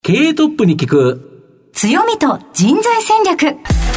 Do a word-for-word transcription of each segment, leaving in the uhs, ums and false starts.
経営トップに聞く強みと人材戦略。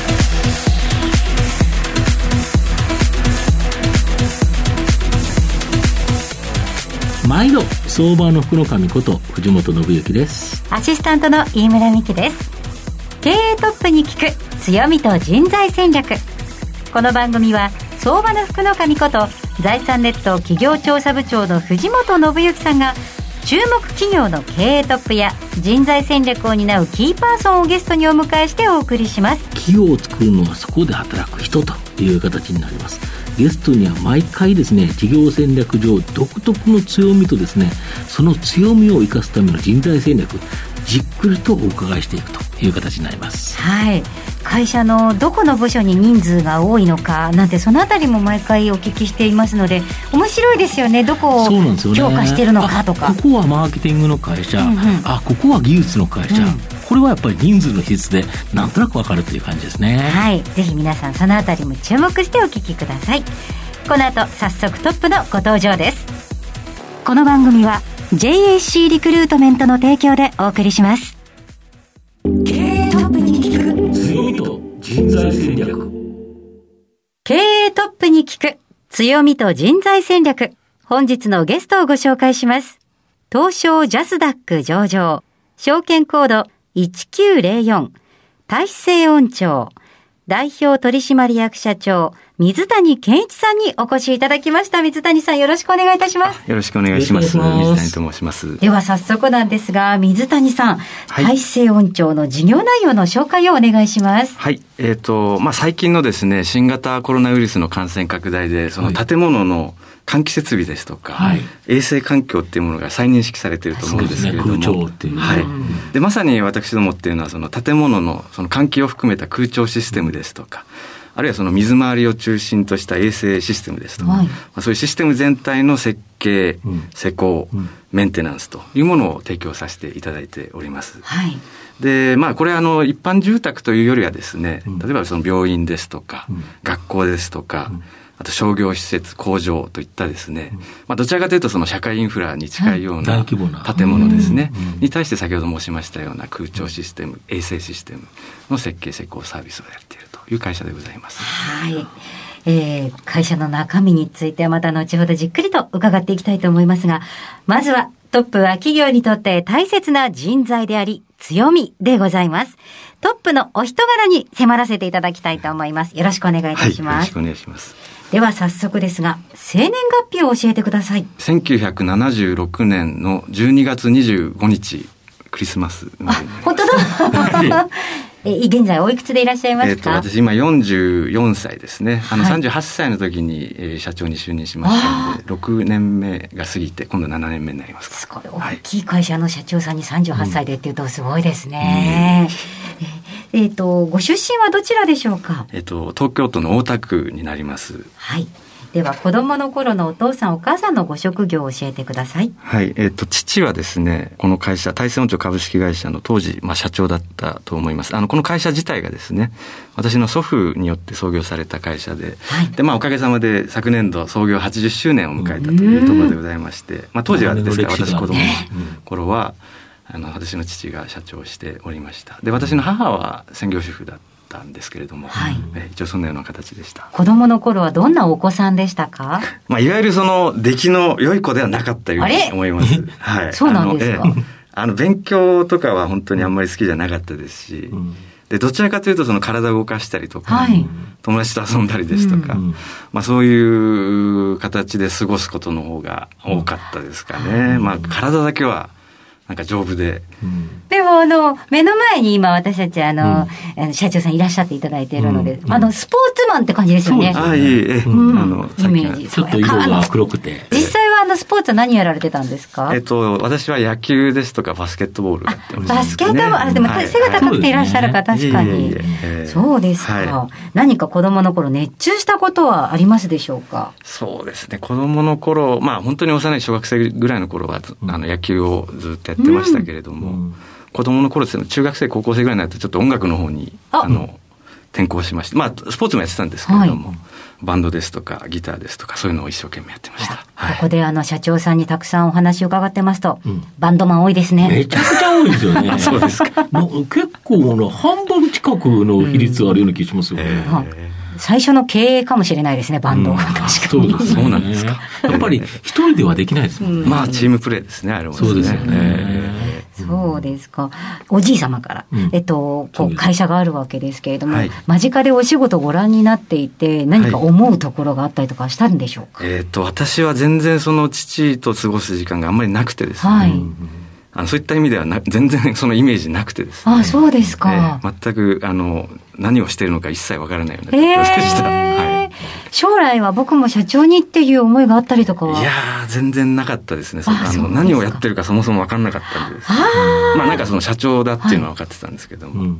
毎度相場の福の神こと藤本信之です。 アシスタントの飯村美希です。経営トップに聞く強みと人材戦略。この番組は相場の福の神こと財産ネット企業調査部長の藤本信之さんが注目企業の経営トップや人材戦略を担うキーパーソンをゲストにお迎えしてお送りします。 企業を作るのはそこで働く人という形になります。ゲストには毎回ですね、事業戦略上独特の強みとですね、その強みを生かすための人材戦略、じっくりとお伺いしていくという形になります。 はい、会社のどこの部署に人数が多いのかなんて、そのあたりも毎回お聞きしていますので面白いですよね。どこを強化しているのかとか、 ここはマーケティングの会社、うんうん、あここは技術の会社、うん、これはやっぱり人数の比率でなんとなく分かるという感じですね。 はい、ぜひ皆さんそのあたりも注目してお聞きください。この後早速トップのご登場です。この番組は ジェイエーシー リクルートメントの提供でお送りします。経営トップに聞く強みと人材戦略。 経営トップに聞く強みと人材戦略。本日のゲストをご紹介します。東証ジャスダック上場、証券コードいちきゅうゼロよん、大成音調代表取締役社長水谷健一さんにお越しいただきました。水谷さん、よろしくお願いいたします。 よろしくお願いします。水谷と申します。 では早速なんですが、水谷さん、はい、大成音調の事業内容の紹介をお願いします。 はい、えーとまあ、最近のですね、新型コロナウイルスの感染拡大で、その建物の換気設備ですとか、はい、衛生環境っていうものが再認識されていると思うんですけれども、 空調っていう、 はい、でまさに私どもっていうのはその建物のその換気を含めた空調システムですとか、あるいはその水回りを中心とした衛生システムですとか、はい、まあ、そういうシステム全体の設計、うん、施工、うん、メンテナンスというものを提供させていただいております。 はい、 でまあ、これはあの一般住宅というよりはですね、うん、例えばその病院ですとか、うん、学校ですとか、うん、あと商業施設、工場といったですね、うん、まあ、どちらかというとその社会インフラに近いような建物ですね、うん、に対して先ほど申しましたような空調システム、衛生システムの設計施工サービスをやっているという会社でございます。 はい、えー、会社の中身についてはまた後ほどじっくりと伺っていきたいと思いますが、まずはトップは企業にとって大切な人材であり強みでございます。トップのお人柄に迫らせていただきたいと思います。よろしくお願いいたします。 はい、よろしくお願いします。 では早速ですが、生年月日を教えてください。 せんきゅうひゃくななじゅうろくねんのじゅうにがつにじゅうごにち、クリスマス。 あ、本当だ。え現在おいくつでいらっしゃいますか？ えー、と私今よんじゅうよんさいですね。あのさんじゅうはっさいの時に、えー、社長に就任しましたので、ろくねんめが過ぎて今度ななねんめになります。 すごい大きい会社の社長さんにさんじゅうはっさいでっていうとすごいですね。うん、えっ、ー、とご出身はどちらでしょうか？ えっ、ー、と東京都の大田区になります。 はい。では子供の頃のお父さんお母さんのご職業を教えてください。 はい、えっ、ー、と父はですね、この会社大成音調株式会社の当時、まあ、社長だったと思います。あのこの会社自体がですね、私の祖父によって創業された会社で、はい、でまあおかげさまで昨年度創業はちじゅっしゅうねんを迎えたというところでございまして、まあ、当時はですから私子供の頃は、あの私の父が社長をしておりました。で私の母は専業主婦だったんですけれども、はい、え一応そんなような形でした。 子供の頃はどんなお子さんでしたか？ まあ、いわゆるその出来の良い子ではなかったように思います。はい、 そうなんですか？ あの、えあの勉強とかは本当にあんまり好きじゃなかったですし、うん、でどちらかというとその体を動かしたりとか、はい、友達と遊んだりですとか、うん、まあ、そういう形で過ごすことの方が多かったですかね。うん、まあ、体だけはなんか丈夫で、 うん、でもあの目の前に今私たちあの、うん、あの社長さんいらっしゃっていただいているので、うん、あのスポーツマンって感じですよね。 ああいい、ええ、うん、あのイメージちょっと色が黒くて、 実際はあのスポーツは何やられてたんですか？ えっと私は野球ですとかバスケットボールやってました、ね、 バスケットボール、あでも、はい、背が高くていらっしゃるか、はい、確かに、いえいええー、そうですか、はい、何か子供の頃熱中したことはありますでしょうか？ そうですね、子供の頃、まあ本当に幼い小学生ぐらいの頃はあの野球をずっとやってましたけれども、うん、子供の頃ですね、中学生高校生ぐらいになるとちょっと音楽の方にあの転向しまして、まあスポーツもやってたんですけれども、はい、バンドですとかギターですとかそういうのを一生懸命やってました。 はい、ここであの社長さんにたくさんお話を伺ってますと、うん、バンドマン多いですね。 めちゃくちゃ多いですよね。 そうですか。 結構な半分近くの比率あるような気がしますよね。うん、 えー最初の経営かもしれないですね、バンドが、うん、確かに。 そうです、そうなんですか。やっぱり一人ではできないですもんね。 うん、まあチームプレーですね、あれも、ね。 そうですよね。 そうですか。おじい様から、うん、えっと、こう会社があるわけですけれども、はい、間近でお仕事をご覧になっていて、何か思うところがあったりとかしたんでしょうか。 はい、えっと、私は全然その父と過ごす時間があんまりなくてですね。はい、あのそういった意味ではな全然そのイメージなくてですね。 あ、そうですか。 えー、全くあの何をしているのか一切わからないような状況でした。えーはい、 将来は僕も社長にっていう思いがあったりとかは。 いやー全然なかったですね。ああの何をやってるかそもそも分からなかったんです。あまあなんかその社長だっていうのは分かってたんですけども、はい、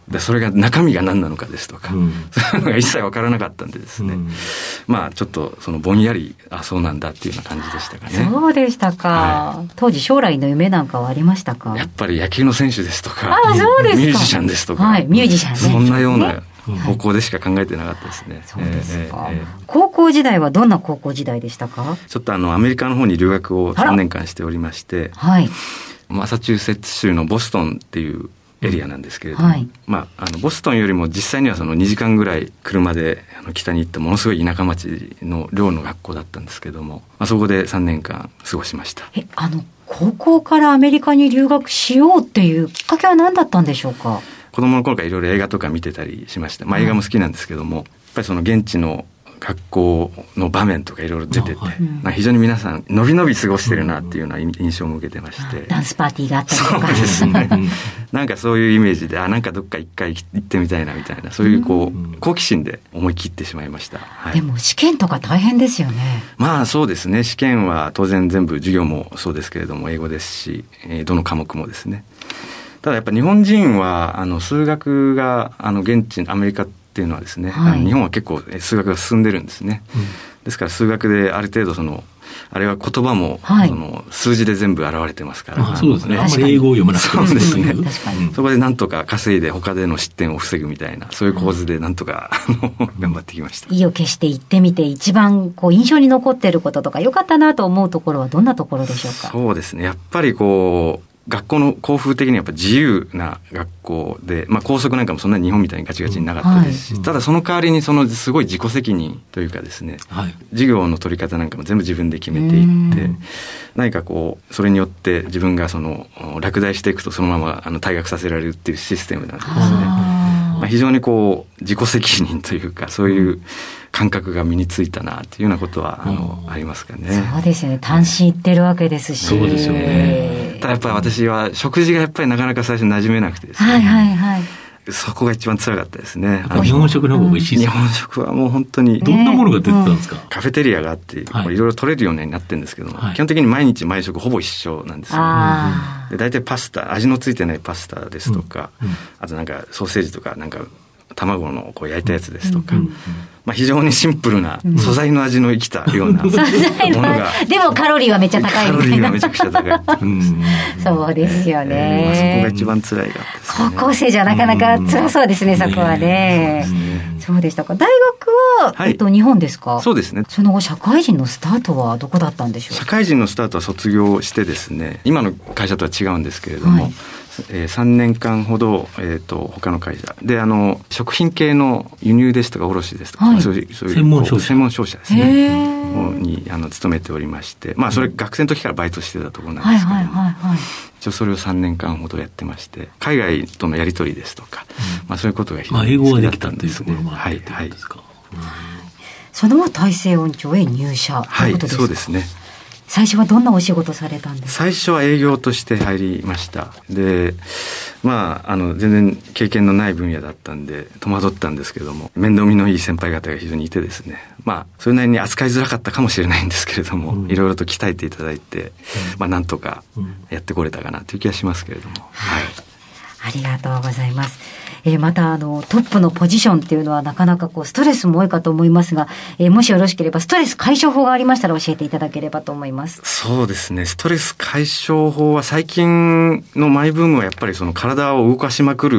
でそれが中身が何なのかですとか、うん、そういうのが一切分からなかったんでですね、うん、まあちょっとそのぼんやりあそうなんだっていうような感じでしたかね。 そうでしたか、はい、当時将来の夢なんかはありましたか。 やっぱり野球の選手ですとか、 あそうですか、 ミュージシャンですとか、 はい、ミュージシャンね、 そんなような方向でしか考えてなかったですね。 そうですか、えーえー、高校時代はどんな高校時代でしたか。 ちょっとあのアメリカの方に留学をさんねんかんしておりまして、はい、マサチューセッツ州のボストンっていうエリアなんですけれども、はい、まあ、あのボストンよりも実際にはそのにじかんぐらい車であの北に行ったものすごい田舎町の寮の学校だったんですけども、まあ、そこでさんねんかん過ごしました。 えあの高校からアメリカに留学しようっていうきっかけは何だったんでしょうか。子供の頃からいろいろ映画とか見てたりしました。まあ、映画も好きなんですけども、やっぱりその現地の学校の場面とかいろいろ出てて、はい、非常に皆さんのびのび過ごしてるなっていうような印象も受けてまして、 ダンスパーティーがあったりとか。 そうですね。なんかそういうイメージで、あなんかどっか一回行ってみたいなみたいな、そういうこう好奇心で思い切ってしまいました。はい、 でも試験とか大変ですよね。 まあそうですね。試験は当然全部授業もそうですけれども英語ですし、えー、どの科目もですね。ただやっぱ日本人はあの数学があの現地アメリカっていうのはですね、はい、あの日本は結構数学が進んでるんですね、うん、ですから数学である程度そのあれは言葉も、はい、その数字で全部現れてますから、 あそうですね、あんまり英語を読まなくてそうですね、確かにそこでなんとか稼いで他での失点を防ぐみたいなそういう構図でなんとか、うん、頑張ってきました。 意を決して行ってみて一番こう印象に残っていることとか良かったなと思うところはどんなところでしょうか。 そうですね、やっぱりこう学校の校風的にやっぱ自由な学校で、まあ、校則なんかもそんなに日本みたいにガチガチになかったですし、うんはい、ただその代わりにそのすごい自己責任というかですね、はい、授業の取り方なんかも全部自分で決めていって何かこうそれによって自分がその落第していくとそのままあの退学させられるっていうシステムなんですね。まあ、非常にこう自己責任というかそういう感覚が身についたなというようなことはあの、うん、ありますかね。 そうですよね、単身行ってるわけですし。 そうですよね。 ただやっぱり私は食事がやっぱりなかなか最初馴染めなくてですね、 はいはいはい、 そこが一番辛かったですね。 日本食の方が美味しいですか。日本食はもう本当にどんなものが出てたんですか。 カフェテリアがあっていろいろ取れるようになってるんですけども、はい、基本的に毎日毎食ほぼ一緒なんですよ、ね、あで大体パスタ味のついてないパスタですとか、うんうん、あとなんかソーセージとかなんか卵のこう焼いたやつですとか、うんうんうん、まあ、非常にシンプルな素材の味の生きたようなものがでもカロリーはめっちゃ高いみたいな。 カロリーがめちゃくちゃ高いうんそうですよね、 えーまあ、そこが一番辛いかったですね。 高校生じゃなかなか辛そうですね、うん、そこはね、うん、そうでしたか。大学は、はい、えっと、日本ですか。 そうですね。 その後社会人のスタートはどこだったんでしょうか。 社会人のスタートは卒業してですね、今の会社とは違うんですけれども、はい、えー、さんねんかんほど、えー、と他の会社であの食品系の輸入ですとか卸ですとか、はい、そういうそういう専門商社専門商社ですねにあの勤めておりまして、まあ、それ学生の時からバイトしてたところなんですけども、はいはいはいはい、一応それをさんねんかんほどやってまして、海外とのやり取りですとか、うん、まあ、そういうことが非常に好きだったんですね。まあ、英語ができたというところもあってはいですか、 うん、その後大成音調へ入社ということですか。 はい、そうですね。 最初はどんなお仕事されたんですか。 最初は営業として入りました。で、まあ、あの全然経験のない分野だったんで戸惑ったんですけども、面倒見のいい先輩方が非常にいてですね、まあそれなりに扱いづらかったかもしれないんですけれども、うん、いろいろと鍛えていただいて、うん、まあなんとかやってこれたかなという気がしますけれども、うん、はい、 ありがとうございます。えー、またあのトップのポジションっていうのはなかなかこうストレスも多いかと思いますが、えー、もしよろしければストレス解消法がありましたら教えていただければと思います。 そうですね、ストレス解消法は最近のマイブームはやっぱりその体を動かしまくる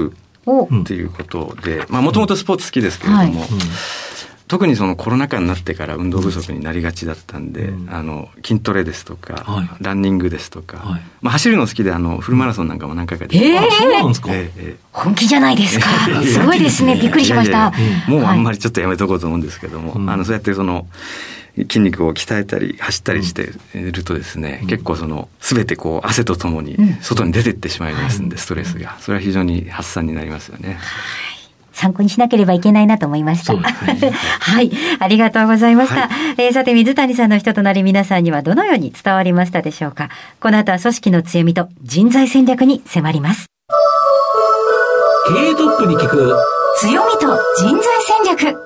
ということで、まあもともとスポーツ好きですけれども、はい、うん、特にそのコロナ禍になってから運動不足になりがちだったんで、うん、あの筋トレですとか、はい、ランニングですとか、はい、まあ、走るの好きであのフルマラソンなんかも何回かで、 えー、そうなんですか、えー、本気じゃないですかすごいですね、びっくりしました。いやいやいや、 もうあんまりちょっとやめとこうと思うんですけども、はい、あのそうやってその筋肉を鍛えたり走ったりしているとですね、うん、結構その全てこう汗とともに外に出ていってしまいますんで、うん、ストレスがそれは非常に発散になりますよね。はい、 参考にしなければいけないなと思いました。ね、はい、ありがとうございました。はい、えー、さて水谷さんの人となり、皆さんにはどのように伝わりましたでしょうか。この後は組織の強みと人材戦略に迫ります。 経営トップに聞く強みと人材戦略。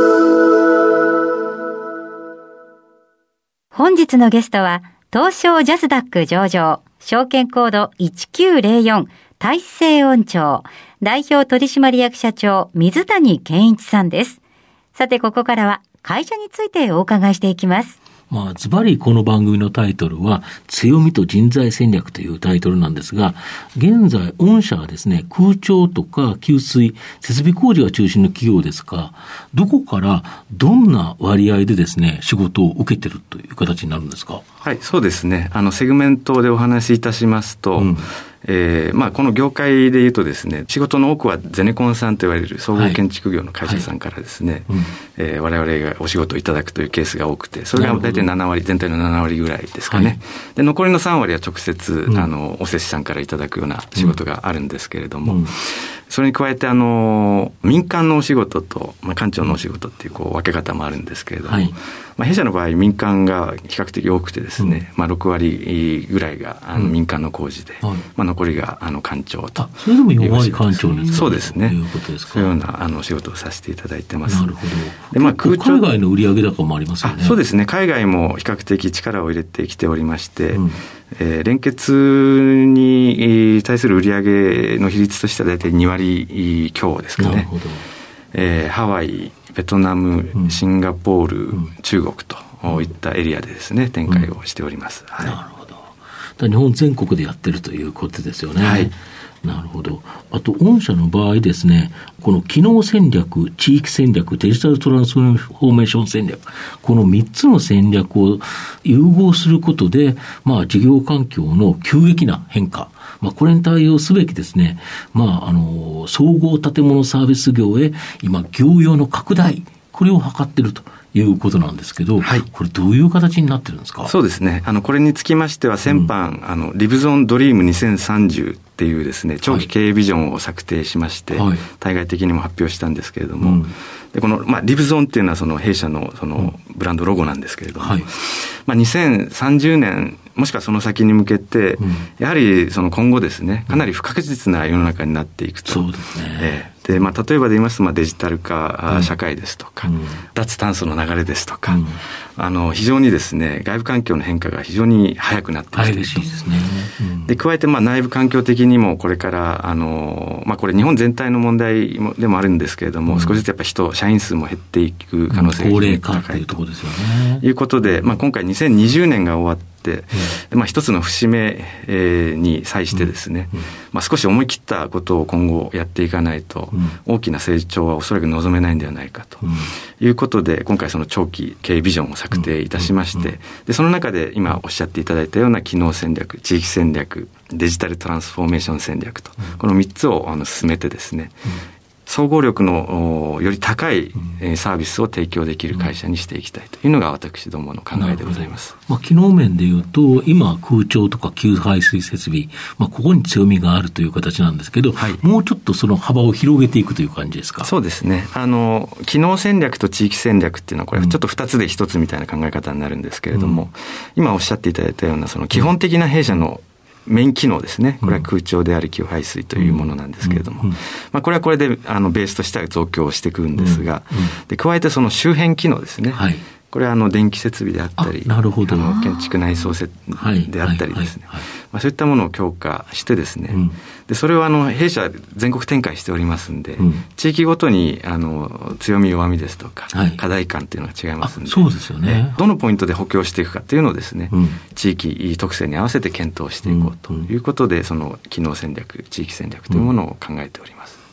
本日のゲストは東証ジャスダック上場、証券コードいちきゅうぜろよん大成音調代表取締役社長水谷健一さんです。さてここからは会社についてお伺いしていきます。 まあ、ズバリこの番組のタイトルは強みと人材戦略というタイトルなんですが、現在御社はですね、空調とか給水設備工事が中心の企業ですが、どこからどんな割合でですね仕事を受けているという形になるんですか。 はい、そうですね、あのセグメントでお話しいたしますと、うん、えーまあ、この業界でいうとですね、仕事の多くはゼネコンさんといわれる総合建築業の会社さんからですね、はいはい、うん、えー、我々がお仕事をいただくというケースが多くて、それが大体ななわり、全体のななわりぐらいですかね、はい、で残りのさんわりは直接、うん、あのお施主さんからいただくような仕事があるんですけれども、うんうん、それに加えてあの民間のお仕事と、まあ、官庁のお仕事っていう、こう分け方もあるんですけれども、はい、まあ、弊社の場合民間が比較的多くてですね、うん、まあ、ろくわりぐらいがあの民間の工事で、うん、はい、まあ、残りがあの官庁と。 それでもよんわり官庁ですか。 そうですね。 いうことですか。 そういうようなあの仕事をさせていただいてます。 なるほど。で、まあ、空調海外の売上高もありますよね。 そうですね。海外も比較的力を入れてきておりまして、うん、えー、連結に対する売上の比率としては大体にわり強ですかね。なるほど。えー、ハワイ、ベトナム、シンガポール、うん、中国といったエリアでですね、展開をしております。うん、はい、なるほど。日本全国でやってるということですよね。 はい。 なるほど。あと御社の場合ですね、この機能戦略、地域戦略、デジタルトランスフォーメーション戦略、このみっつの戦略を融合することで、まあ事業環境の急激な変化、まあこれに対応すべきですね、まああの総合建物サービス業へ今業用の拡大、これを図っているということなんですけど、はい、これどういう形になってるんですか。 そうですね、あのこれにつきましては先般、うん、あのリブゾンドリームにせんさんじゅうっていうですね、長期経営ビジョンを策定しまして、はい、対外的にも発表したんですけれども、うん、でこの、まあ、リブゾンっていうのはその弊社のそのブランドロゴなんですけれども、はい、まあ、にせんさんじゅうねんもしくはその先に向けて、うん、やはりその今後ですね、かなり不確実な世の中になっていくと。 そうですね。 えーでまあ、例えばで言いますと、まあ、デジタル化社会ですとか、うん、脱炭素の流れですとか、うん、あの非常にですね、外部環境の変化が非常に早くなってきていると。 ですね。うん、 で加えてまあ内部環境的にもこれからあの、まあ、これ日本全体の問題でもあるんですけれども、うん、少しずつやっぱ人社員数も減っていく可能性が高齢化というところですよね。 いうことで、まあ、今回にせんにじゅうねんが終わって、うん、まあ、一つの節目、えー、に際してですね、うんうん、まあ、少し思い切ったことを今後やっていかないと、うん、大きな成長はおそらく望めないんではないかということで、今回その長期経営ビジョンを策定いたしまして、でその中で今おっしゃっていただいたような機能戦略、地域戦略、デジタルトランスフォーメーション戦略と、このみっつをあの進めてですね、総合力のより高いサービスを提供できる会社にしていきたいというのが私どもの考えでございます。 まあ、機能面でいうと今空調とか給排水設備、まあ、ここに強みがあるという形なんですけど、はい、もうちょっとその幅を広げていくという感じですか。 そうですね、あの機能戦略と地域戦略っていうのはこれちょっとふたつでひとつみたいな考え方になるんですけれども、うん、今おっしゃっていただいたようなその基本的な弊社のメイン機能ですね、これは空調であり給排水というものなんですけれども、うんうん、まあ、これはこれであのベースとしては増強していくんですが、うんうん、で加えてその周辺機能ですね、はい、これはあの電気設備であったり、 なるほど、 あの建築内装設であったりですね、まあ、そういったものを強化してですね、うん、でそれをあの弊社全国展開しておりますんで、うん、地域ごとにあの強み弱みですとか、はい、課題感っていうのが違いますんで、 そうですよね、 どのポイントで補強していくかっていうのをですね、うん、地域特性に合わせて検討していこうということで、その機能戦略、地域戦略というものを考えております。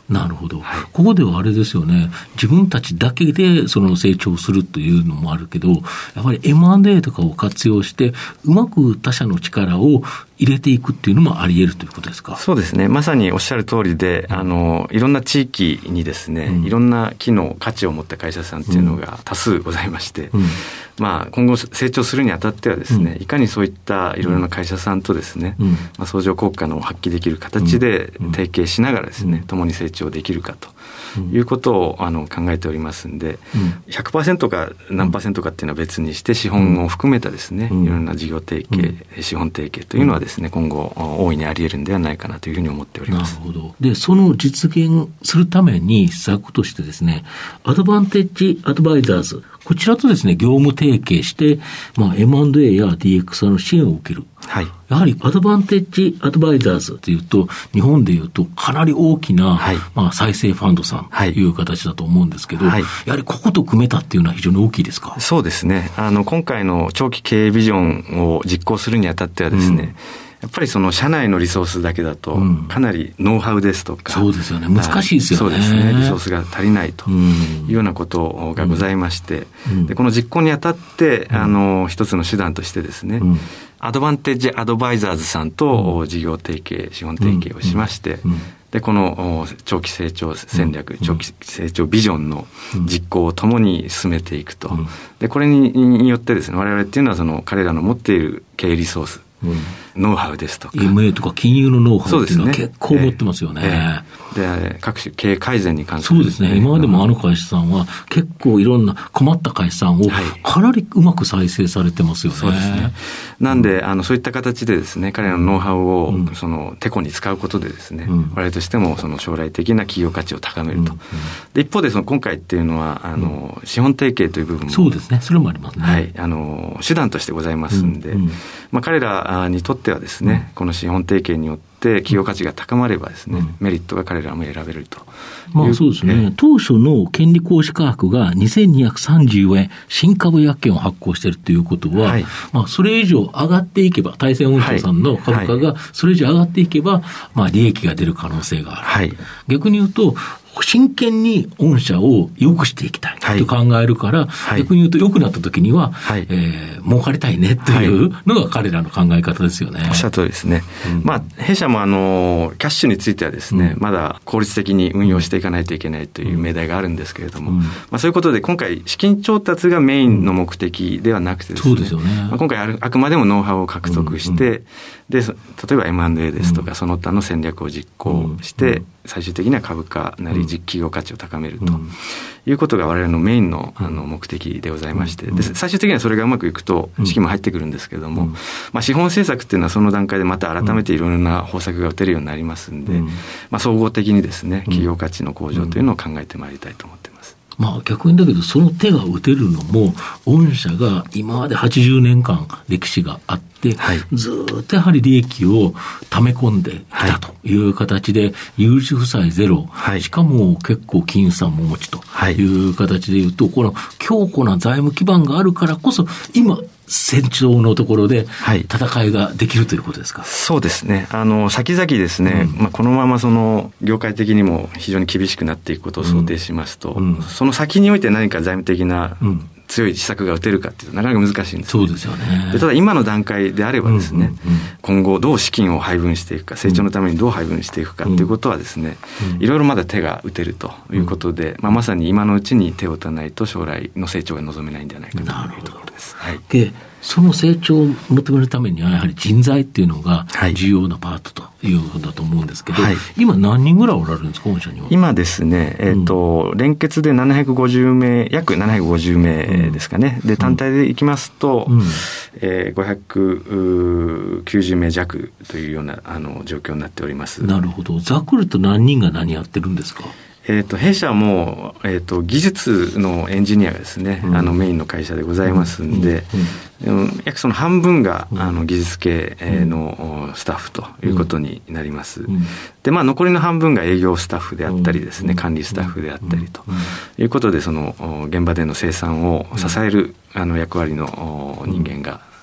なるほど、はい、ここではあれですよね、自分たちだけでその成長するというのもあるけど、やっぱり エムアンドエー とかを活用してうまく他社の力を入れていくっていうのもあり得るということですか。 そうですね、まさにおっしゃる通りで、あのいろんな地域にですね、うん、いろんな機能価値を持った会社さんっていうのが多数ございまして、うんうん、まあ、今後成長するにあたってはですね、うん、いかにそういったいろいろな会社さんとですね、うん、まあ、相乗効果の発揮できる形で提携しながらですね、うん、共に成長できるかということをあの考えておりますんで、うん、ひゃくパーセント か何パーセントかっていうのは別にして資本を含めたですね、うん、いろんな事業提携、うん、資本提携というのはですね、今後大いにあり得るんではないかなというふうに思っております。 なるほど。で、その実現するために施策としてですね、アドバンテッジアドバイザーズ、こちらとですね、業務提携して、まあ、エムアンドエー や ディーエックス の支援を受ける。はい。やはりアドバンテッジアドバイザーズというと、日本でいうとかなり大きな、はい、まあ、再生ファンドさんという形だと思うんですけど、はい、やはりここと組めたっていうのは非常に大きいですか。 そうですね。あの、今回の長期経営ビジョンを実行するにあたってはですね、うん、やっぱりその社内のリソースだけだとかなりノウハウですとか、 うん、そうですよね、難しいですよね。 そうですね、リソースが足りないというようなことがございまして、うん、でこの実行にあたって、うん、あの一つの手段としてですね、うん、アドバンテージアドバイザーズさんと事業提携、資本提携をしまして、うんうん、でこの長期成長戦略、うん、長期成長ビジョンの実行をともに進めていくと、うん、でこれによってですね、我々っていうのはその彼らの持っている経営リソース、うん、ノウハウですとかエムエー とか金融のノウハウっていうのは結構持ってますよね。えーえー、で各種経営改善に関する、 そうですね、今までもあの会社さんは結構いろんな困った会社さんをかなりうまく再生されてますよね。 そうですね。なんで、うん、あのそういった形でですね、彼らのノウハウを、うん、そのテコに使うことでですね、うん、我々としてもその将来的な企業価値を高めると、うんうん、で一方でその今回っていうのはあの、うん、資本提携という部分も、 そうですね、それもありますね、 はい、あの手段としてございますんで、うんうん、まあ、彼らにとってはですね、うん、この資本提携によって企業価値が高まればですね、うん、メリットが彼らも選べると。 まあそうですね、えー、当初の権利行使価格がにせんにひゃくさんじゅうえん、新株約券を発行しているということは、はい、まあそれ以上上がっていけば、大成運長さんの株価がそれ以上上がっていけば、まあ利益が出る可能性がある。はい、逆に言うと、真剣に御社を良くしていきたいと考えるから、はい、逆に言うと良くなった時には、はい、えー、儲かりたいねというのが彼らの考え方ですよね。 おっしゃる通りですね。うん、まあ、弊社もあの、キャッシュについてはですね、うん、まだ効率的に運用していかないといけないという命題があるんですけれども、うん、まあ、そういうことで今回資金調達がメインの目的ではなくてですね、そうですよね。まあ、今回あるあくまでもノウハウを獲得して、うんうん、で、例えば エムアンドエー ですとか、うん、その他の戦略を実行して、うん、最終的には株価なり実企業価値を高めるということが我々のメインの、あの目的でございまして、で最終的にはそれがうまくいくと資金も入ってくるんですけれども、まあ、資本政策っていうのはその段階でまた改めていろんな方策が打てるようになりますんで、まあ、総合的にですね、企業価値の向上というのを考えてまいりたいと思っています。 まあ、逆にだけどその手が打てるのも御社が今まではちじゅうねんかん歴史があって、はい、ずっとやはり利益を溜め込んできたという形で、はい、有事負債ゼロ、はい、しかも結構金融資産もお持ちという形でいうと、この強固な財務基盤があるからこそ今戦場のところで戦いができるということですか。 はい、そうですね。あの先々ですね、うん、まあ、このままその業界的にも非常に厳しくなっていくことを想定しますと、うんうん、その先において何か財務的な強い施策が打てるかっていうとなかなか難しいんです、ね、 そうですよね。 でただ今の段階であればですね、うんうんうん、今後どう資金を配分していくか、成長のためにどう配分していくかということはですね、うんうん、いろいろまだ手が打てるということで、うん、まあ、まさに今のうちに手を打たないと将来の成長が望めないんではないかというところです。はい、でその成長を求めるためにはやはり人材っていうのが重要なパートというふうだと思うんですけど、はい、今何人ぐらいおられるんですか、御社には。 今ですね、えーとうん、連結でななひゃくごじゅうめい、約ななひゃくごじゅうめいですかね、うん、で単体でいきますと、うん、えー、ごひゃくきゅうじゅうめい弱というようなあの状況になっております。 なるほど。ざっくりと何人が何やってるんですか。 えー、と弊社も、えー、と技術のエンジニアがですね、うん、あのメインの会社でございますんで、うんうん、約その半分が、うん、あの技術系のスタッフということになります。うん、で、まあ、残りの半分が営業スタッフであったりですね、うん、管理スタッフであったりということで、その現場での生産を支える、うん、あの役割の人間が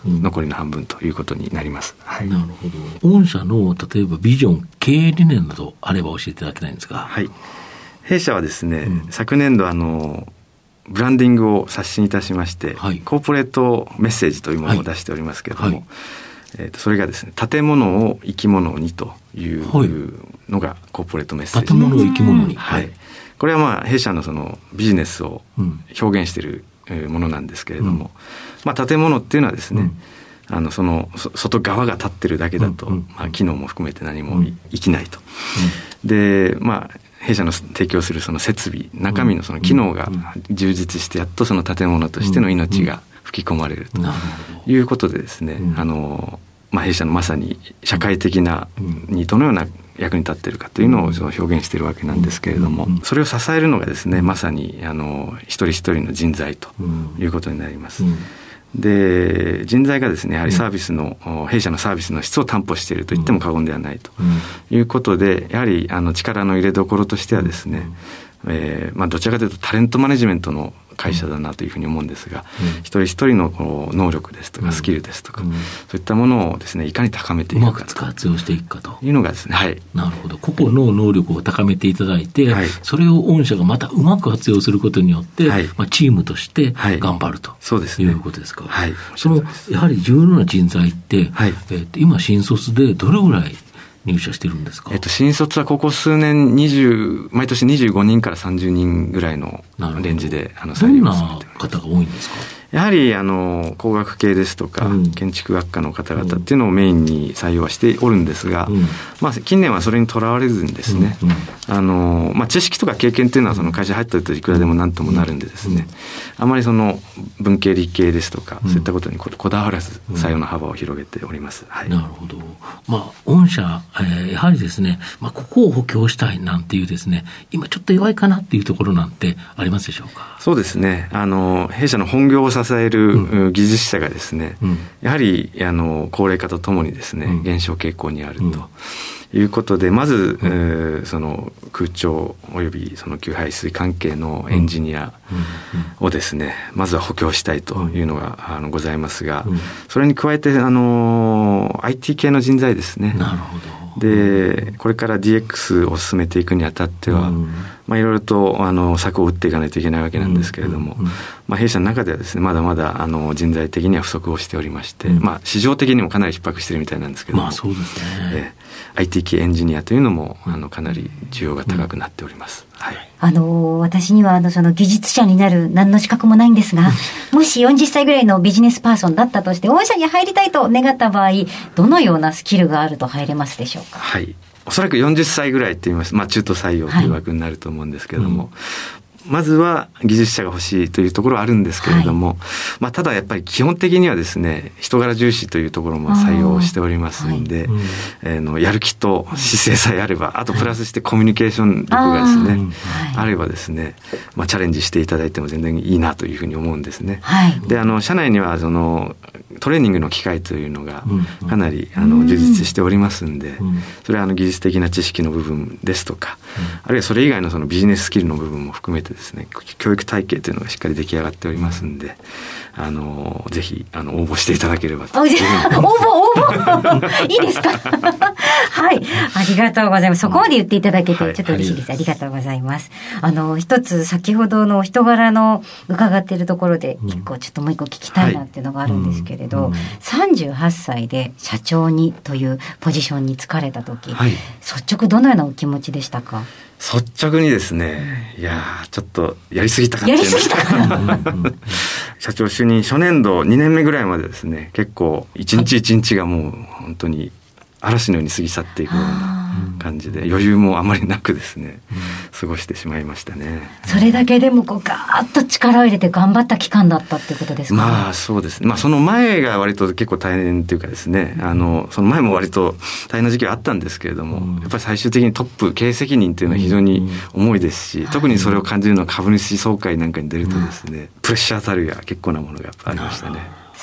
残りの半分ということになります。はい、 なるほど。御社の例えばビジョン、経営理念などあれば教えていただきたいんですが。 はい。弊社はですね、うん、昨年度あのブランディングを刷新いたしまして、はい、コーポレートメッセージというものを出しておりますけれども、はいはい、えー、とそれがですね、建物を生き物にというのがコーポレートメッセージ。 建物を生き物に、 はい、これはまあ弊社のそのビジネスを表現しているものなんですけれども、うん、まあ、建物っていうのはですね、うん、あのその外側が立ってるだけだと、うんうん、まあ、機能も含めて何も生きないと、うん、でまあ弊社の提供するその設備、中身のその機能が充実して、やっとその建物としての命が吹き込まれるということでですね、あの、まあ、弊社のまさに社会的なにどのような役に立っているかというのをその表現しているわけなんですけれども、それを支えるのがですね、まさにあの一人一人の人材ということになります。で、人材がですね、やはりサービスの、うん、弊社のサービスの質を担保していると言っても過言ではないということで、やはりあの力の入れどころとしてはですね、えーまあ、どちらかというとタレントマネジメントの会社だなというふうに思うんですが、うん、一人一人のこう能力ですとかスキルですとか、うん、そういったものをですね、いかに高めていくか、うまく活用していくかというのがですね、はい、 なるほど。個々の能力を高めていただいて、はい、それを御社がまたうまく活用することによって、はい、まあ、チームとして頑張ると、はい、 そうですね、 いうことですか。 はい、 そのやはり重要な人材って、はい、えー、今新卒でどれぐらい入社してるんですか。 えっと、新卒はここ数年にじゅう毎年にじゅうごにんからさんじゅうにんぐらいのレンジであの採用を進めております。 どんな方が多いんですか。 やはりあの工学系ですとか、うん、建築学科の方々っていうのをメインに採用はしておるんですが、うん、まあ、近年はそれにとらわれずにですね、うんうん、あのまあ、知識とか経験っていうのはその会社入ってるといくらでも何ともなるんでですね、あまりその文系理系ですとか、そういったことにこだわらず採用の幅を広げております。はい、 なるほど。まあ、御社、えー、やはりですね、まあ、ここを補強したいなんていうですね、今ちょっと弱いかなっていうところなんてありますでしょうか。 そうですね、あの弊社の本業を支える技術者がですね、うん、やはりあの高齢化とともにですね、うん、減少傾向にあると、うんいうことで、まず、うん、えー、その空調およびその給排水関係のエンジニアをですね、うん、まずは補強したいというのが、うん、あのございますが、うん、それに加えてあの アイティー 系の人材ですね。 なるほど。 で、これから ディーエックス を進めていくにあたっては、うん、まあ、いろいろとあの策を打っていかないといけないわけなんですけれども、うんうん、まあ、弊社の中ではですね、まだまだあの人材的には不足をしておりまして、うん、まあ、市場的にもかなり逼迫しているみたいなんですけども、 まあ、そうですね、 えーアイティー 系エンジニアというのもあのかなり需要が高くなっております。うん、はい、 あの私にはあのその技術者になる何の資格もないんですが、もしよんじゅっさいぐらいのビジネスパーソンだったとして御社に入りたいと願った場合、どのようなスキルがあると入れますでしょうか。 はい、おそらくよんじゅっさいぐらいと言います、まあ、中途採用という枠になると思うんですけれども、はい、うん、まずは技術者が欲しいというところはあるんですけれども、はい、まあ、ただやっぱり基本的にはですね、人柄重視というところも採用しておりますんで、はい、えー、のやる気と姿勢さえあれば、あとプラスしてコミュニケーション力がですね、あ, あればですね、まあ、チャレンジしていただいても全然いいなというふうに思うんですね。はい、で、あの社内にはそのトレーニングの機会というのがかなりあの充実しておりますんで、それはあの技術的な知識の部分ですとか、あるいはそれ以外のそのビジネススキルの部分も含めてですね、教育体系というのがしっかり出来上がっておりますんで、あのぜひあの応募していただければと。応募応募いいですか。はい、ありがとうございます。そこまで言っていただけてちょっと嬉しいです。はい、ありがとうございます。あの一つ先ほどの人柄の伺っているところで一個ちょっともう一個聞きたいなっていうのがあるんですけれど、はい、さんじゅうはっさいで社長にというポジションに就かれた時、はい、率直どのようなお気持ちでしたか。 率直にですね、いやちょっとやりすぎたかっていうやりすぎたか社長就任初年度にねんめぐらいまでですね、結構一日一日がもう本当に嵐のように過ぎ去っていくような感じで、余裕もあまりなくですね、過ごしてしまいましたね。 それだけでもこうガーッと力を入れて頑張った期間だったっていうことですか。 まあそうですね、まあ、その前が割と結構大変というかですね、あのその前も割と大変な時期はあったんですけれども、うん、やっぱり最終的にトップ経営責任というのは非常に重いですし、うん、特にそれを感じるのは株主総会なんかに出るとですね、うん、プレッシャーたるや結構なものがやっぱありましたね。 そうで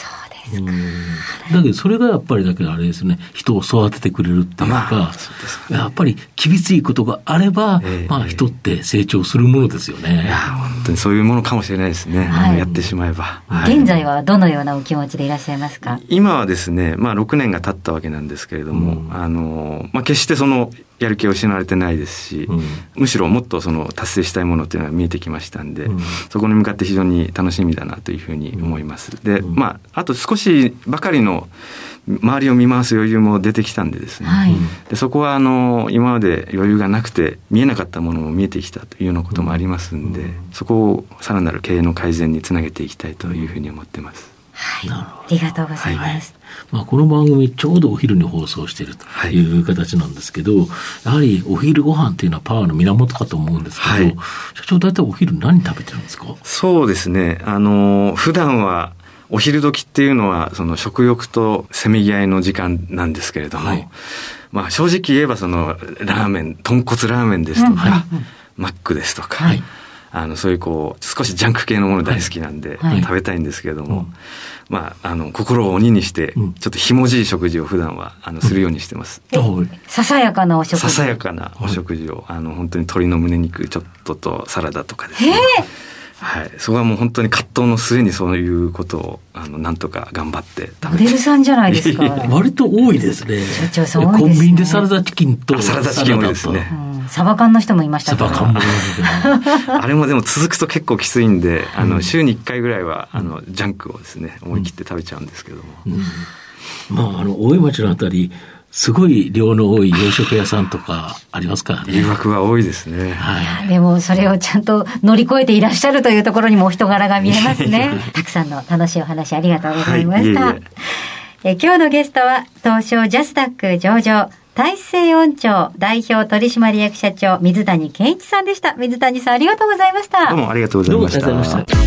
うん、だけどそれがやっぱりだけどあれですね、人を育ててくれるっていうか、まあそうですね、やっぱり厳しいことがあれば、えー、まあ人って成長するものですよね。 いや本当にそういうものかもしれないですね、はい、やってしまえば、 はい、現在はどのようなお気持ちでいらっしゃいますか？ 今はですね、まあ、ろくねんが経ったわけなんですけれども、うん、あのまあ、決してそのやる気を失われてないですし、うん、むしろもっとその達成したいものっていうのが見えてきましたんで、うん、そこに向かって非常に楽しみだなというふうに思います。で、うん、まあ、あと少しばかりの周りを見回す余裕も出てきたんでですね、はい、でそこはあの今まで余裕がなくて見えなかったものも見えてきたというようなこともありますんで、うん、そこをさらなる経営の改善につなげていきたいというふうに思ってます。 はい、ありがとうございます。 はい、まあ、この番組ちょうどお昼に放送しているという形なんですけど、はい、やはりお昼ご飯っていうのはパワーの源かと思うんですけど、はい、社長大体お昼何食べてるんですか？ そうですね、あの普段はお昼時っていうのはその食欲とせめぎ合いの時間なんですけれども、はい、まあ、正直言えばそのラーメン、豚骨ラーメンですとか、うん、マックですとか、はい、あのそういうこう少しジャンク系のもの大好きなんで、はい、食べたいんですけれども、はい、まあ、あの心を鬼にしてちょっとひもじい食事を普段はあのするようにしてます。 うん、ささやかなお食事。 ささやかなお食事を、あの本当に鶏の胸肉ちょっととサラダとかですね。はい、そこはもう本当に葛藤の末にそういうことをあのなんとか頑張って食べて。 モデルさんじゃないですか。 割と多いですね。 社長さん多いですね。 コンビニでサラダチキンとサラダチキン多いですね。 うん、サバ缶の人もいましたけど。 サバ缶もいましたけど。 あれもでも続くと結構きついんで、あの週にいっかいぐらいはあのジャンクをですね思い切って食べちゃうんですけども。うんうん、 まああの大井町のあたり。すごい量の多い洋食屋さんとかありますからね。 誘惑は多いですね。 はい。でもそれをちゃんと乗り越えていらっしゃるというところにもお人柄が見えますね。たくさんの楽しいお話ありがとうございました。はい、いえいええ今日のゲストは東証ジャスダック上場大成音調代表取締役社長水谷健一さんでした。水谷さんありがとうございました。 どうもありがとうございました。どうもありがとうござい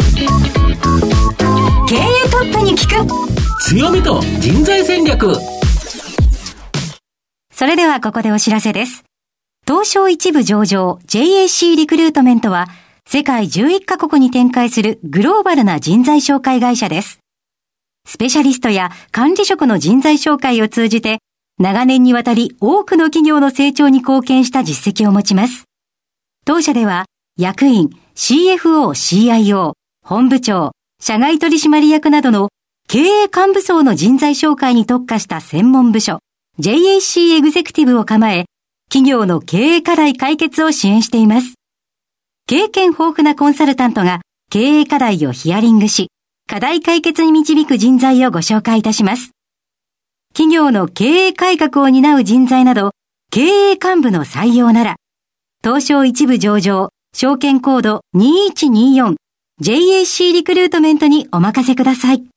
ました。経営トップに聞く強みと人材戦略。 それではここでお知らせです。東証一部上場 ジェイエーシー リクルートメントは世界じゅういっカ国に展開するグローバルな人材紹介会社です。スペシャリストや管理職の人材紹介を通じて長年にわたり多くの企業の成長に貢献した実績を持ちます。当社では役員、シーエフオー、シーアイオー、本部長、社外取締役などの経営幹部層の人材紹介に特化した専門部署ジェイエーシー エグゼクティブを構え、企業の経営課題解決を支援しています。経験豊富なコンサルタントが経営課題をヒアリングし、課題解決に導く人材をご紹介いたします。企業の経営改革を担う人材など、経営幹部の採用なら、東証一部上場、証券コードにいちによん、ジェイエーシー リクルートメントにお任せください。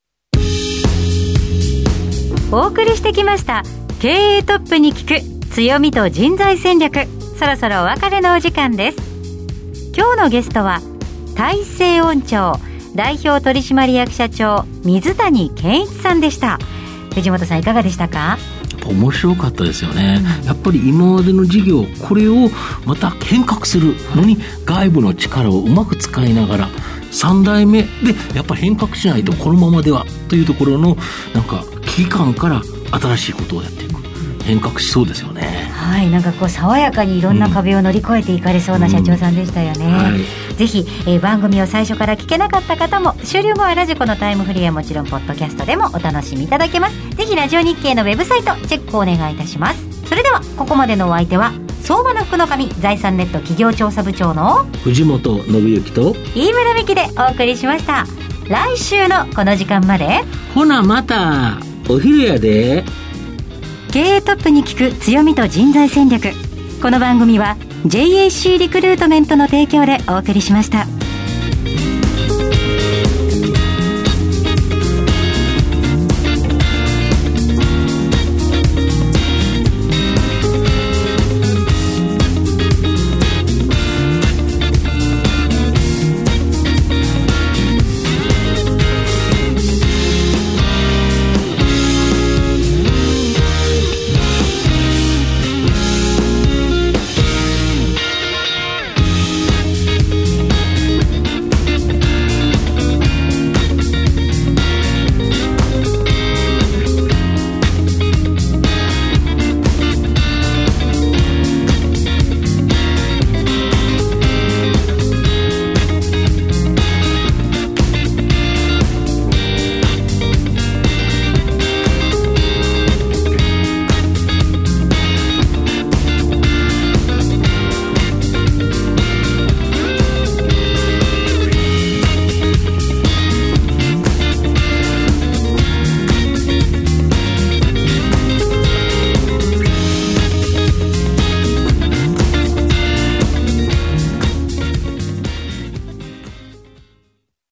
お送りしてきました経営トップに聞く強みと人材戦略。そろそろお別れのお時間です。今日のゲストは大成音調代表取締役社長水谷健一さんでした。藤本さんいかがでしたか？ 面白かったですよね、うん、やっぱり今までの事業これをまた変革するのに外部の力をうまく使いながらさん代目でやっぱり変革しないとこのままではというところのなんか危機感から新しいことをやっていく変革しそうですよね。 はい、なんかこう爽やかにいろんな壁を乗り越えていかれそうな社長さんでしたよね、うんうんはい、ぜひ、えー、番組を最初から聞けなかった方も終了後はラジコのタイムフリーはもちろんポッドキャストでもお楽しみいただけます。ぜひラジオ日経のウェブサイトチェックをお願いいたします。それではここまでのお相手は相場の福の神財産ネット企業調査部長の藤本信之と飯村美希でお送りしました。来週のこの時間までほなまたお昼やで。 経営トップに聞く強みと人材戦略。この番組は ジェイエーシー リクルートメントの提供でお送りしました。